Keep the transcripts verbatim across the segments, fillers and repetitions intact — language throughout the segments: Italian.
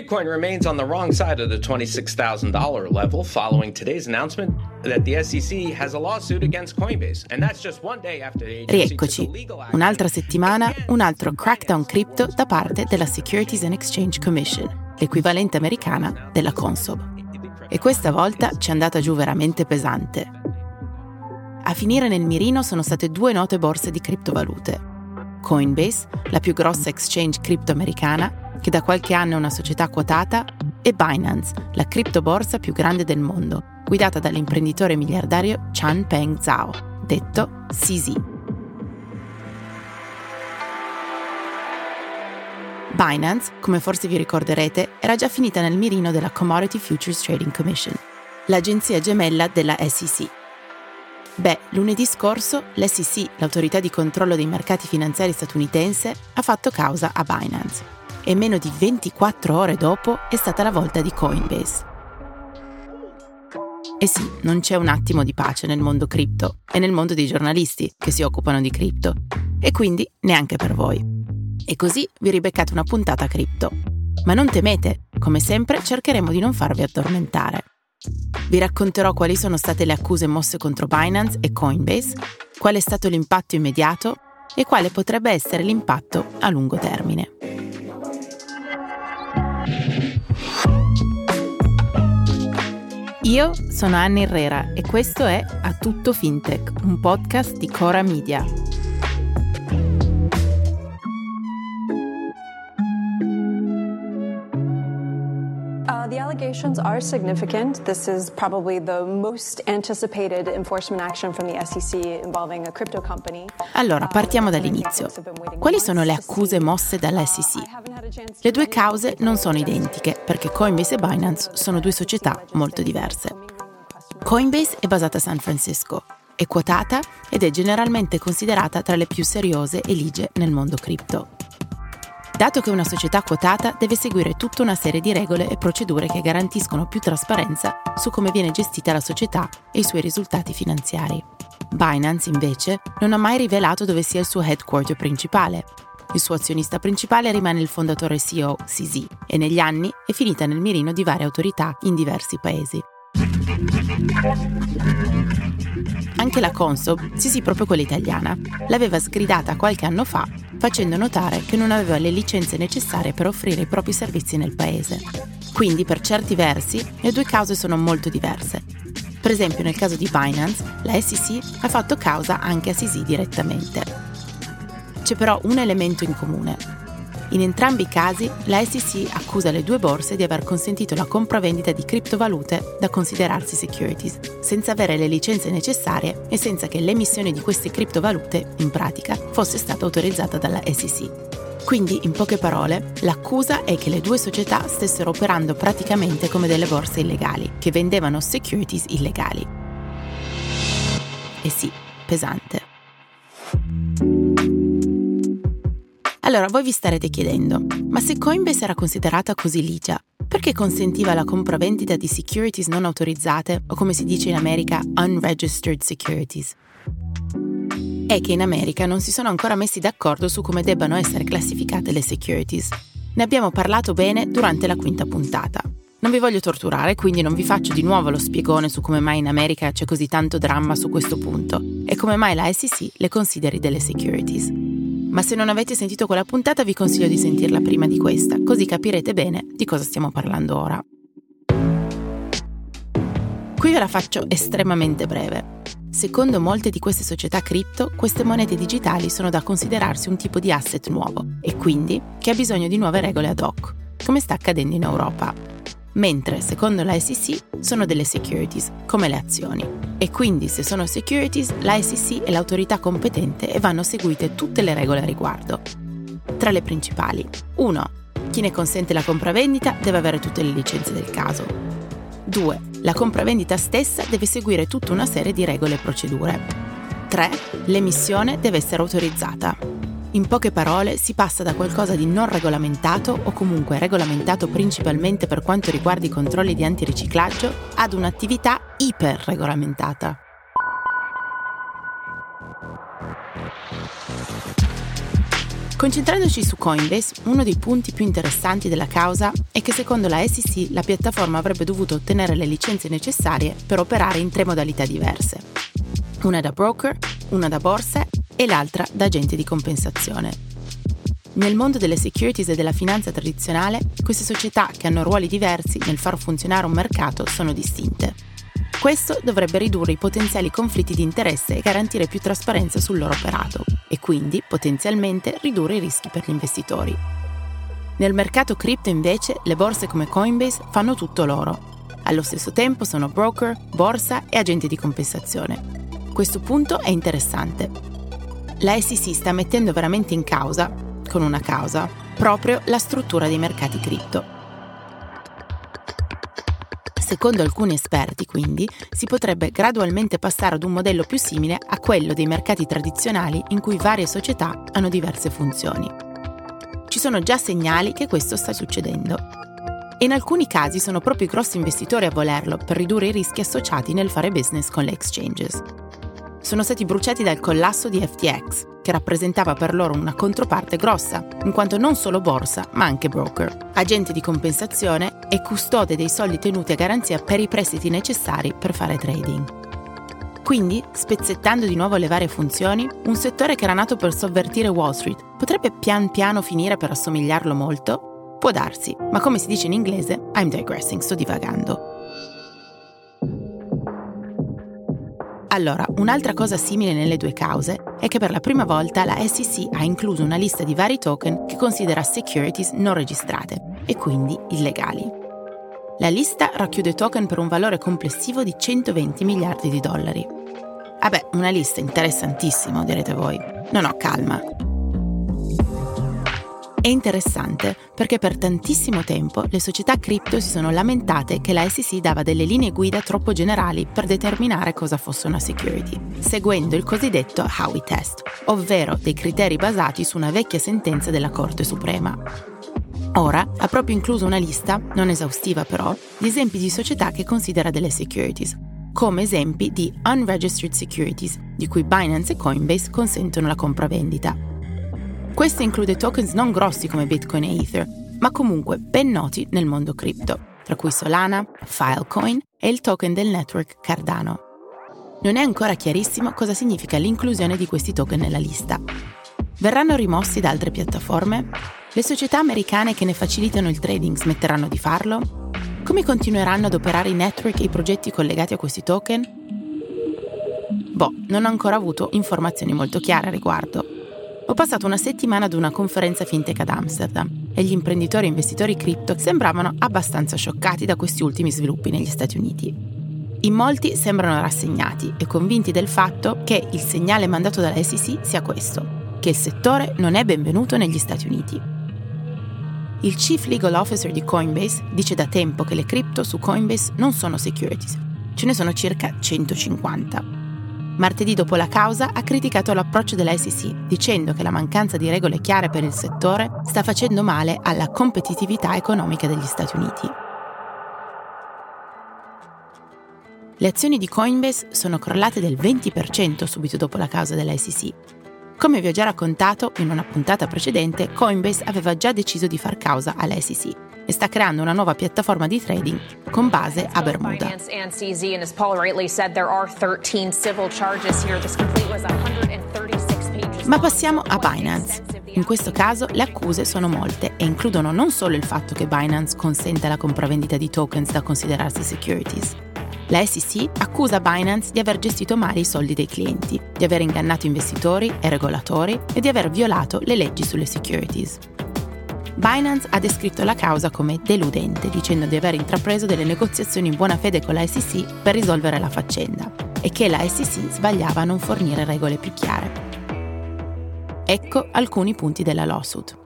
Bitcoin remains on the wrong side of the twenty-six thousand dollars level following today's announcement that the S E C has a lawsuit against Coinbase, and that's just one day after the agency took a legal action. Un'altra settimana, un altro crackdown crypto da parte della Securities and Exchange Commission, l'equivalente americana della Consob. E questa volta ci è andata giù veramente pesante. A finire nel mirino sono state due note borse di criptovalute. Coinbase, la più grossa exchange cripto americana, che da qualche anno è una società quotata, e Binance, la criptoborsa più grande del mondo, guidata dall'imprenditore miliardario Changpeng Zhao, detto C Z. Binance, come forse vi ricorderete, era già finita nel mirino della Commodity Futures Trading Commission, l'agenzia gemella della S E C. Beh, lunedì scorso l'S E C, l'autorità di controllo dei mercati finanziari statunitense, ha fatto causa a Binance. E meno di ventiquattro ore dopo è stata la volta di Coinbase. E sì, non c'è un attimo di pace nel mondo cripto e nel mondo dei giornalisti che si occupano di cripto, e quindi neanche per voi. E così vi ribeccate una puntata cripto. Ma non temete, come sempre cercheremo di non farvi addormentare. Vi racconterò quali sono state le accuse mosse contro Binance e Coinbase, qual è stato l'impatto immediato e quale potrebbe essere l'impatto a lungo termine. Io sono Anna Herrera e questo è A Tutto Fintech, un podcast di Cora Media. Uh, the allegations are significant. This is probably the most anticipated enforcement action from the S E C involving a crypto company. Allora, partiamo dall'inizio. Quali sono le accuse mosse dalla S E C? Le due cause non sono identiche, perché Coinbase e Binance sono due società molto diverse. Coinbase è basata a San Francisco, è quotata ed è generalmente considerata tra le più seriose e ligie nel mondo cripto. Dato che una società quotata deve seguire tutta una serie di regole e procedure che garantiscono più trasparenza su come viene gestita la società e i suoi risultati finanziari. Binance, invece, non ha mai rivelato dove sia il suo headquarter principale. Il suo azionista principale rimane il fondatore C E O C Z e negli anni è finita nel mirino di varie autorità in diversi paesi. Anche la Consob, sì sì proprio quella italiana, l'aveva sgridata qualche anno fa facendo notare che non aveva le licenze necessarie per offrire i propri servizi nel paese. Quindi per certi versi le due cause sono molto diverse. Per esempio nel caso di Binance, la S E C ha fatto causa anche a C Z direttamente. C'è però un elemento in comune. In entrambi i casi, la S E C accusa le due borse di aver consentito la compravendita di criptovalute da considerarsi securities, senza avere le licenze necessarie e senza che l'emissione di queste criptovalute, in pratica, fosse stata autorizzata dalla S E C. Quindi, in poche parole, l'accusa è che le due società stessero operando praticamente come delle borse illegali, che vendevano securities illegali. E sì, pesante. Allora, voi vi starete chiedendo, ma se Coinbase era considerata così ligia, perché consentiva la compravendita di securities non autorizzate, o come si dice in America, unregistered securities? È che in America non si sono ancora messi d'accordo su come debbano essere classificate le securities. Ne abbiamo parlato bene durante la quinta puntata. Non vi voglio torturare, quindi non vi faccio di nuovo lo spiegone su come mai in America c'è così tanto dramma su questo punto e come mai la S E C le consideri delle securities. Ma se non avete sentito quella puntata vi consiglio di sentirla prima di questa, così capirete bene di cosa stiamo parlando ora. Qui ve la faccio estremamente breve. Secondo molte di queste società cripto, queste monete digitali sono da considerarsi un tipo di asset nuovo e quindi che ha bisogno di nuove regole ad hoc, come sta accadendo in Europa. Mentre, secondo la S E C, sono delle securities, come le azioni. E quindi, se sono securities, la S E C è l'autorità competente e vanno seguite tutte le regole a riguardo. Tra le principali: uno. Chi ne consente la compravendita deve avere tutte le licenze del caso. due. La compravendita stessa deve seguire tutta una serie di regole e procedure. tre. L'emissione deve essere autorizzata. In poche parole, si passa da qualcosa di non regolamentato o comunque regolamentato principalmente per quanto riguarda i controlli di antiriciclaggio ad un'attività iperregolamentata. Concentrandoci su Coinbase, uno dei punti più interessanti della causa è che secondo la S E C la piattaforma avrebbe dovuto ottenere le licenze necessarie per operare in tre modalità diverse. Una da broker, una da borsa e l'altra da agente di compensazione. Nel mondo delle securities e della finanza tradizionale, queste società che hanno ruoli diversi nel far funzionare un mercato sono distinte. Questo dovrebbe ridurre i potenziali conflitti di interesse e garantire più trasparenza sul loro operato e quindi, potenzialmente, ridurre i rischi per gli investitori. Nel mercato cripto, invece, le borse come Coinbase fanno tutto loro. Allo stesso tempo sono broker, borsa e agenti di compensazione. Questo punto è interessante. La S E C sta mettendo veramente in causa, con una causa, proprio la struttura dei mercati cripto. Secondo alcuni esperti, quindi, si potrebbe gradualmente passare ad un modello più simile a quello dei mercati tradizionali in cui varie società hanno diverse funzioni. Ci sono già segnali che questo sta succedendo. E in alcuni casi sono proprio i grossi investitori a volerlo per ridurre i rischi associati nel fare business con le exchanges. Sono stati bruciati dal collasso di F T X, che rappresentava per loro una controparte grossa, in quanto non solo borsa, ma anche broker, agente di compensazione e custode dei soldi tenuti a garanzia per i prestiti necessari per fare trading. Quindi, spezzettando di nuovo le varie funzioni, un settore che era nato per sovvertire Wall Street potrebbe pian piano finire per assomigliarlo molto? Può darsi, ma come si dice in inglese, I'm digressing, sto divagando. Allora, un'altra cosa simile nelle due cause è che per la prima volta la S E C ha incluso una lista di vari token che considera securities non registrate e quindi illegali. La lista racchiude token per un valore complessivo di centoventi miliardi di dollari. Vabbè, una lista interessantissima, direte voi. No, no, calma. È interessante perché per tantissimo tempo le società cripto si sono lamentate che la S E C dava delle linee guida troppo generali per determinare cosa fosse una security, seguendo il cosiddetto Howey Test, ovvero dei criteri basati su una vecchia sentenza della Corte Suprema. Ora ha proprio incluso una lista, non esaustiva però, di esempi di società che considera delle securities, come esempi di unregistered securities, di cui Binance e Coinbase consentono la compravendita. Questo include tokens non grossi come Bitcoin e Ether, ma comunque ben noti nel mondo cripto, tra cui Solana, Filecoin e il token del network Cardano. Non è ancora chiarissimo cosa significa l'inclusione di questi token nella lista. Verranno rimossi da altre piattaforme? Le società americane che ne facilitano il trading smetteranno di farlo? Come continueranno ad operare i network e i progetti collegati a questi token? Boh, non ho ancora avuto informazioni molto chiare a riguardo. Ho passato una settimana ad una conferenza fintech ad Amsterdam e gli imprenditori e investitori cripto sembravano abbastanza scioccati da questi ultimi sviluppi negli Stati Uniti. In molti sembrano rassegnati e convinti del fatto che il segnale mandato dalla S E C sia questo, che il settore non è benvenuto negli Stati Uniti. Il Chief Legal Officer di Coinbase dice da tempo che le cripto su Coinbase non sono securities, ce ne sono circa centocinquanta. Martedì dopo la causa ha criticato l'approccio della S E C, dicendo che la mancanza di regole chiare per il settore sta facendo male alla competitività economica degli Stati Uniti. Le azioni di Coinbase sono crollate del venti per cento subito dopo la causa della S E C. Come vi ho già raccontato in una puntata precedente, Coinbase aveva già deciso di far causa alla S E C e sta creando una nuova piattaforma di trading con base a Bermuda. Ma passiamo a Binance. In questo caso le accuse sono molte e includono non solo il fatto che Binance consenta la compravendita di tokens da considerarsi securities. La S E C accusa Binance di aver gestito male i soldi dei clienti, di aver ingannato investitori e regolatori e di aver violato le leggi sulle securities. Binance ha descritto la causa come deludente, dicendo di aver intrapreso delle negoziazioni in buona fede con la S E C per risolvere la faccenda e che la S E C sbagliava a non fornire regole più chiare. Ecco alcuni punti della lawsuit.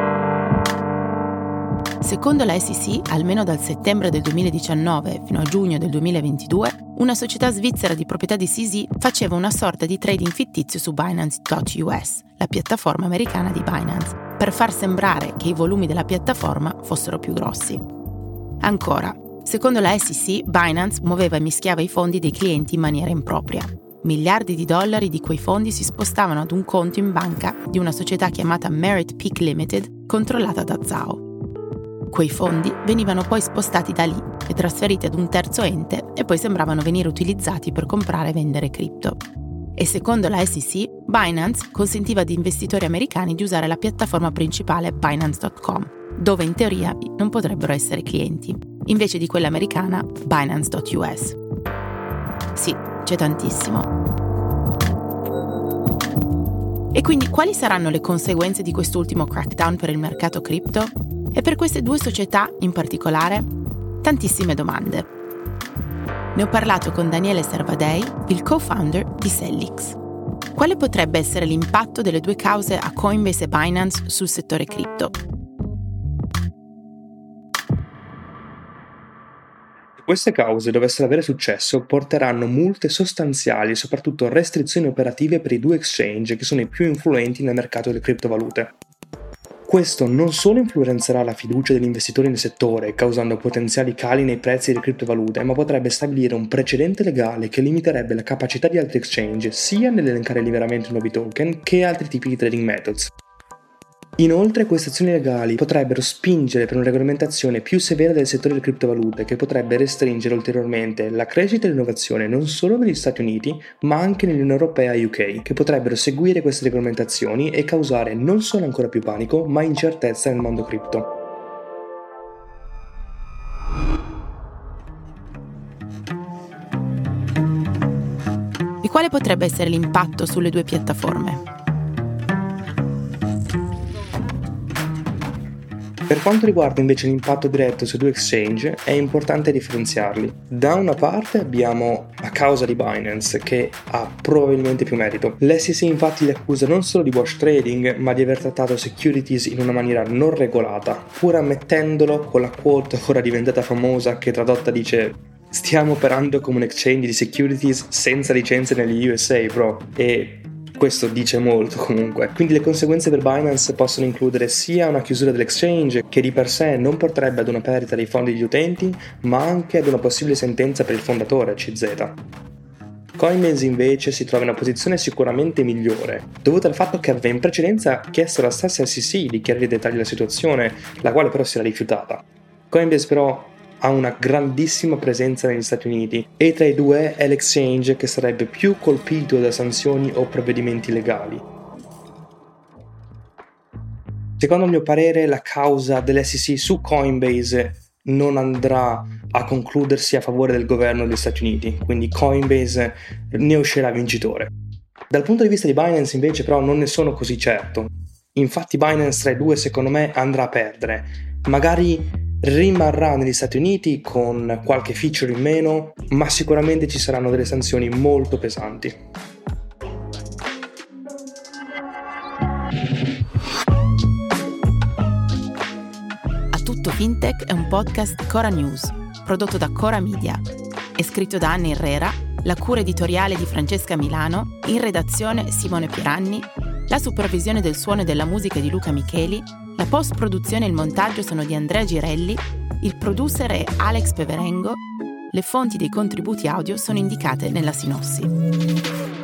Secondo la S E C, almeno dal settembre del duemiladiciannove fino a giugno del duemilaventidue, una società svizzera di proprietà di C Z faceva una sorta di trading fittizio su Binance punto U S, la piattaforma americana di Binance, per far sembrare che i volumi della piattaforma fossero più grossi. Ancora, secondo la S E C, Binance muoveva e mischiava i fondi dei clienti in maniera impropria. miliardi di dollari di quei fondi si spostavano ad un conto in banca di una società chiamata Merit Peak Limited, controllata da Zhao. Quei fondi venivano poi spostati da lì e trasferiti ad un terzo ente e poi sembravano venire utilizzati per comprare e vendere cripto. E secondo la S E C, Binance consentiva ad investitori americani di usare la piattaforma principale Binance punto com, dove in teoria non potrebbero essere clienti, invece di quella americana Binance punto U S. Sì, c'è tantissimo. E quindi quali saranno le conseguenze di quest'ultimo crackdown per il mercato cripto? E per queste due società in particolare? Tantissime domande. Ne ho parlato con Daniele Servadei, il co-founder di Sellix. Quale potrebbe essere l'impatto delle due cause a Coinbase e Binance sul settore cripto? Queste cause dovessero avere successo porteranno multe sostanziali e soprattutto restrizioni operative per i due exchange che sono i più influenti nel mercato delle criptovalute. Questo non solo influenzerà la fiducia degli investitori nel settore, causando potenziali cali nei prezzi delle criptovalute, ma potrebbe stabilire un precedente legale che limiterebbe la capacità di altri exchange sia nell'elencare liberamente nuovi token che altri tipi di trading methods. Inoltre, queste azioni legali potrebbero spingere per una regolamentazione più severa del settore delle criptovalute, che potrebbe restringere ulteriormente la crescita e l'innovazione non solo negli Stati Uniti, ma anche nell'Unione Europea e U K, che potrebbero seguire queste regolamentazioni e causare non solo ancora più panico, ma incertezza nel mondo cripto. E quale potrebbe essere l'impatto sulle due piattaforme? Per quanto riguarda invece l'impatto diretto sui due exchange, è importante differenziarli. Da una parte abbiamo la causa di Binance, che ha probabilmente più merito. L'S E C infatti li accusa non solo di wash trading, ma di aver trattato securities in una maniera non regolata, pur ammettendolo con la quote ora diventata famosa che tradotta dice: stiamo operando come un exchange di securities senza licenze negli U S A, bro. E questo dice molto comunque. Quindi le conseguenze per Binance possono includere sia una chiusura dell'exchange, che di per sé non porterebbe ad una perdita dei fondi degli utenti, ma anche ad una possibile sentenza per il fondatore C Z. Coinbase invece si trova in una posizione sicuramente migliore, dovuta al fatto che aveva in precedenza chiesto alla stessa S E C di chiarire i dettagli della situazione, la quale però si era rifiutata. Coinbase però ha una grandissima presenza negli Stati Uniti e tra i due è l'exchange che sarebbe più colpito da sanzioni o provvedimenti legali. Secondo il mio parere, la causa dell'S E C su Coinbase non andrà a concludersi a favore del governo degli Stati Uniti, quindi Coinbase ne uscirà vincitore. Dal punto di vista di Binance invece però non ne sono così certo. Infatti Binance tra i due secondo me andrà a perdere, magari rimarrà negli Stati Uniti con qualche feature in meno, ma sicuramente ci saranno delle sanzioni molto pesanti. A Tutto Fintech è un podcast Cora News, prodotto da Cora Media. È scritto da Anna Herrera, la cura editoriale di Francesca Milano, in redazione Simone Piranni, la supervisione del suono e della musica di Luca Micheli, la post-produzione e il montaggio sono di Andrea Girelli, il producer è Alex Peverengo, le fonti dei contributi audio sono indicate nella sinossi.